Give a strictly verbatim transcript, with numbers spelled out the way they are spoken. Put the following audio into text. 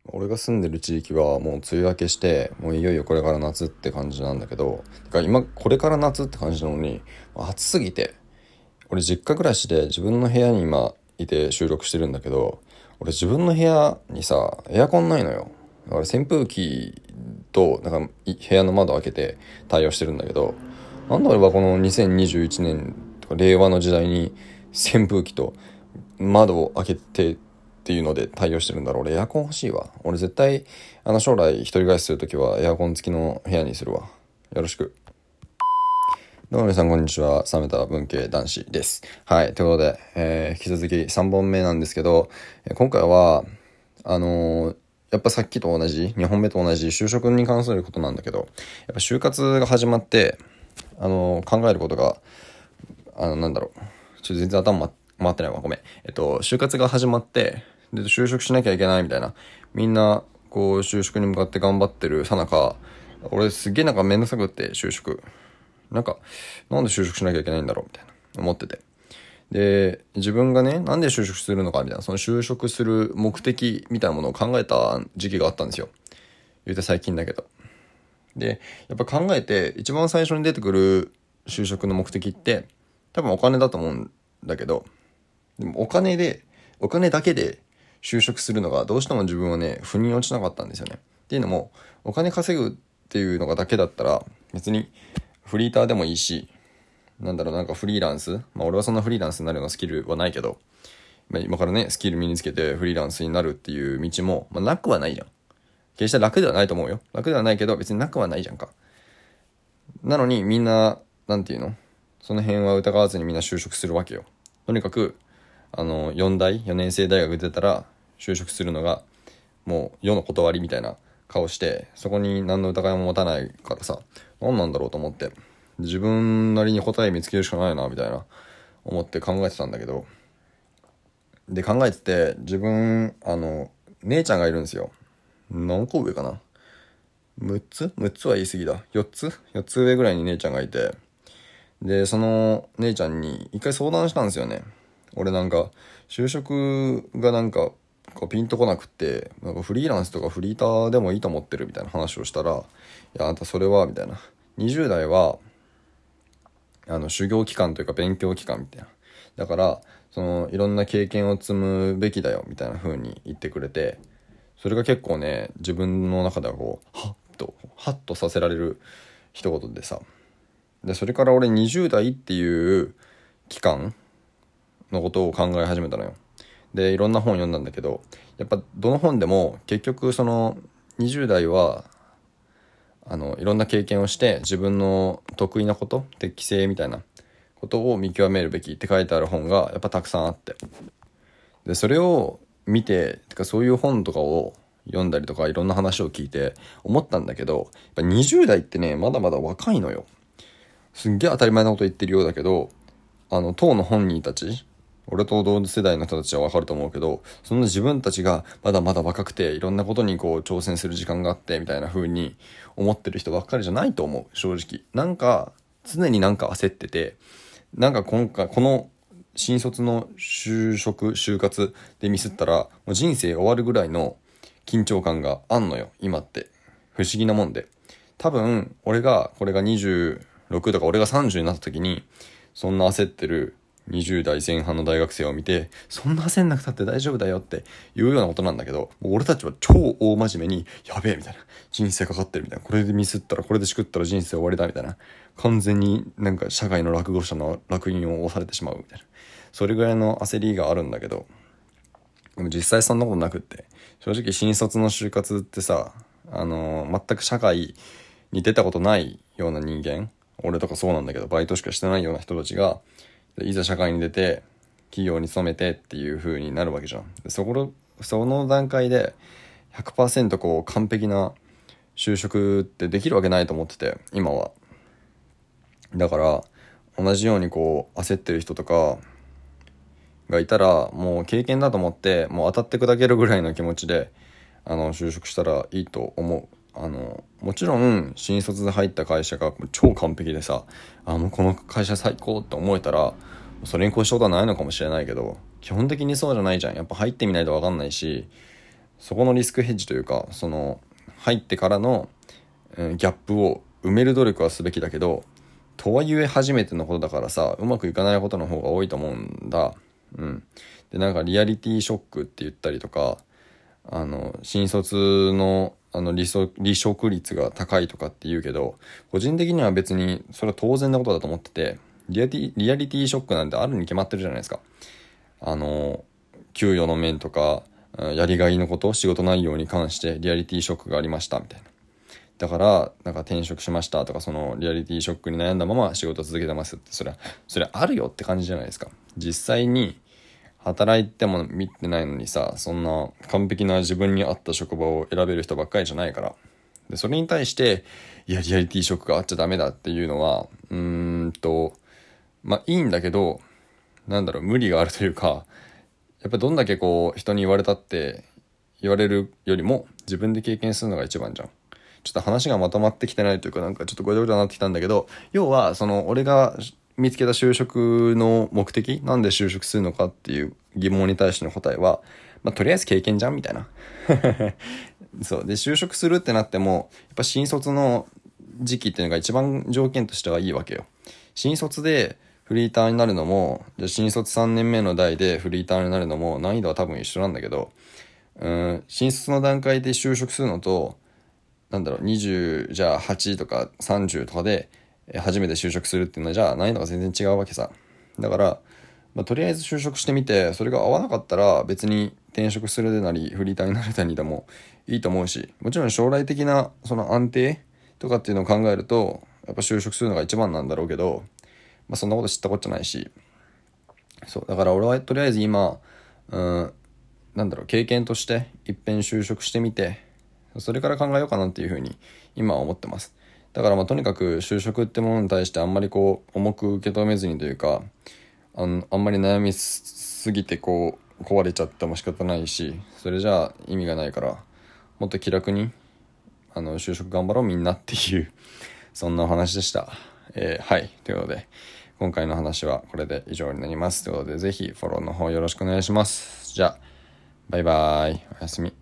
俺が住んでる地域はもう梅雨明けしてもういよいよこれから夏って感じなんだけど、てか今これから夏って感じなのに暑すぎて、俺実家暮らしで自分の部屋に今いて収録してるんだけど、俺自分の部屋にさエアコンないのよ。だから扇風機となんかい部屋の窓開けて対応してるんだけど、なんで俺はこのにせんにじゅういちねんとか令和の時代に扇風機と窓を開けてっていうので対応してるんだろう。俺エアコン欲しいわ。俺絶対あの将来一人暮らしするときはエアコン付きの部屋にするわ。よろしく。どうも皆さんこんにちは。冷めた文系男子です。はい。ということで、えー、引き続きさんぼんめなんですけど、今回は、あのー、やっぱさっきと同じ、にほんめと同じ就職に関することなんだけど、やっぱ就活が始まって、あのー、考えることが、あの、なんだろう。ちょっと全然頭回ってないわ。ごめん。えっと、就活が始まって、で、就職しなきゃいけないみたいな。みんな、こう、就職に向かって頑張ってるさなか、俺すげえなんかめんどくさくって就職。なんか、なんで就職しなきゃいけないんだろうみたいな。思ってて。で、自分がね、なんで就職するのかみたいな、その就職する目的みたいなものを考えた時期があったんですよ。言うて最近だけど。で、やっぱ考えて、一番最初に出てくる就職の目的って、多分お金だと思うんだけど、でもお金で、お金だけで就職するのがどうしても自分はね、腑に落ちなかったんですよね。っていうのも、お金稼ぐっていうのがだけだったら、別にフリーターでもいいし、なんだろう、なんかフリーランス、まあ俺はそんなフリーランスになるようなスキルはないけど、まあ、今からね、スキル身につけてフリーランスになるっていう道も、まあなくはないじゃん。決して楽ではないと思うよ。楽ではないけど、別になくはないじゃんか。なのにみんな、なんていうの、その辺は疑わずにみんな就職するわけよ。とにかく、あの、よん大、よねん生大学出たら就職するのが、もう世の断りみたいな顔して、そこに何の疑いも持たないからさ、何なんだろうと思って、自分なりに答え見つけるしかないな、みたいな、思って考えてたんだけど、で、考えてて、自分、あの、姉ちゃんがいるんですよ。何個上かな ?むっ つ ?むっ つは言い過ぎだ。よっつ ?よっ つ上ぐらいに姉ちゃんがいて、で、その姉ちゃんに一回相談したんですよね。俺なんか、就職がなんか、こうピンとこなくって、なんかフリーランスとかフリーターでもいいと思ってるみたいな話をしたら、いや、あんたそれは、みたいな。にじゅう代は、あの、修行期間というか勉強期間みたいな。だから、その、いろんな経験を積むべきだよ、みたいな風に言ってくれて、それが結構ね、自分の中ではこう、はっと、はっとさせられる一言でさ。で、それから俺にじゅう代っていう期間のことを考え始めたのよ。で、いろんな本読んだんだけど、やっぱどの本でも結局そのにじゅう代は、あの、いろんな経験をして自分の得意なこと、適性みたいなことを見極めるべきって書いてある本がやっぱたくさんあって。で、それを見て、てかそういう本とかを読んだりとかいろんな話を聞いて思ったんだけど、やっぱにじゅう代ってね、まだまだ若いのよ。すんげえ当たり前なこと言ってるようだけど、あの、当の本人たち、俺と同世代の人たちはわかると思うけど、そんな自分たちがまだまだ若くて、いろんなことにこう挑戦する時間があって、みたいな風に思ってる人ばっかりじゃないと思う、正直。なんか、常になんか焦ってて、なんか今回、この新卒の就職、就活でミスったら、もう人生終わるぐらいの緊張感があんのよ、今って。不思議なもんで。多分、俺が、これがにじゅうろくとか俺がさんじゅうになった時に、そんな焦ってるにじゅう代前半の大学生を見て、そんな焦んなくたって大丈夫だよっていうようなことなんだけど、もう俺たちは超大真面目に、やべえみたいな。人生かかってるみたいな。これでミスったら、これでしくったら人生終わりだみたいな。完全になんか社会の落語者の烙印を押されてしまうみたいな。それぐらいの焦りがあるんだけど、でも実際そんなことなくって、正直新卒の就活ってさ、あのー、全く社会に出たことないような人間、俺とかそうなんだけど、バイトしかしてないような人たちが、いざ社会に出て、企業に勤めてっていう風になるわけじゃん。でそこその段階でひゃくパーセントこう完璧な就職ってできるわけないと思ってて、今は。だから、同じようにこう焦ってる人とかがいたら、もう経験だと思って、もう当たって砕けるぐらいの気持ちで、あの、就職したらいいと思う。あの、もちろん、新卒で入った会社が超完璧でさ、あ、もうこの会社最高って思えたら、それに越したことはないのかもしれないけど、基本的にそうじゃないじゃん。やっぱ入ってみないとわかんないし、 そこのリスクヘッジというか、その入ってからの、うん、ギャップを埋める努力はすべきだけど、とはいえ初めてのことだからさ、うまくいかないことの方が多いと思うんだ。うん。で、なんかリアリティショックって言ったりとか、あの、新卒の、あの離職、離職率が高いとかって言うけど、個人的には別にそれは当然なことだと思ってて、リアティ、リアリティショックなんてあるに決まってるじゃないですか。あの、給与の面とか、やりがいのこと、仕事内容に関してリアリティショックがありましたみたいな。だからなんか転職しましたとか、そのリアリティショックに悩んだまま仕事続けてますって、それはそれあるよって感じじゃないですか。実際に働いても見てないのにさ、そんな完璧な自分に合った職場を選べる人ばっかりじゃないから。でそれに対していやリアリティショックがあっちゃダメだっていうのはうーんとまあいいんだけど、なんだろう、無理があるというか、やっぱどんだけこう人に言われたって言われるよりも自分で経験するのが一番じゃん。ちょっと話がまとまってきてないというか、なんかちょっとごちゃごちゃになってきたんだけど、要はその俺が見つけた就職の目的、なんで就職するのかっていう疑問に対しての答えは、まあとりあえず経験じゃんみたいな。そうで、就職するってなってもやっぱ新卒の時期っていうのが一番条件としてはいいわけよ。新卒でフリーターになるのも、じゃ新卒さんねんめの代でフリーターになるのも難易度は多分一緒なんだけど、うーん新卒の段階で就職するのと、なんだろう、にじゅうじゃあはちとかさんじゅうとかで初めて就職するっていうのはじゃあ難易度が全然違うわけさ。だから、まあ、とりあえず就職してみて、それが合わなかったら別に転職するでなりフリーターになるなりでもいいと思うし、もちろん将来的なその安定とかっていうのを考えるとやっぱ就職するのが一番なんだろうけど、まあ、そんなこと知ったことじゃないし、そうだから俺はとりあえず今、うん、なんだろう、経験として一遍就職してみて、それから考えようかなっていうふうに今は思ってます。だからまあとにかく就職ってものに対してあんまりこう重く受け止めずにというか、あのあんまり悩みすぎてこう壊れちゃっても仕方ないし、それじゃあ意味がないから、もっと気楽にあの就職頑張ろうみんなっていうそんなお話でした。えー、はいということで今回の話はこれで以上になります。ということでぜひフォローの方よろしくお願いします。じゃあバイバーイ、おやすみ。